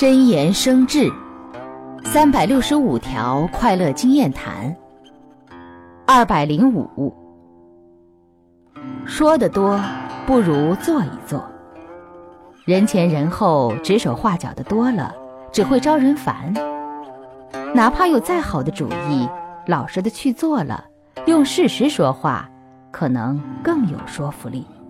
真言生智，365条快乐经验谈。205，说得多不如做一做。人前人后指手画脚的多了，只会招人烦。哪怕有再好的主意，老实的去做了，用事实说话，可能更有说服力。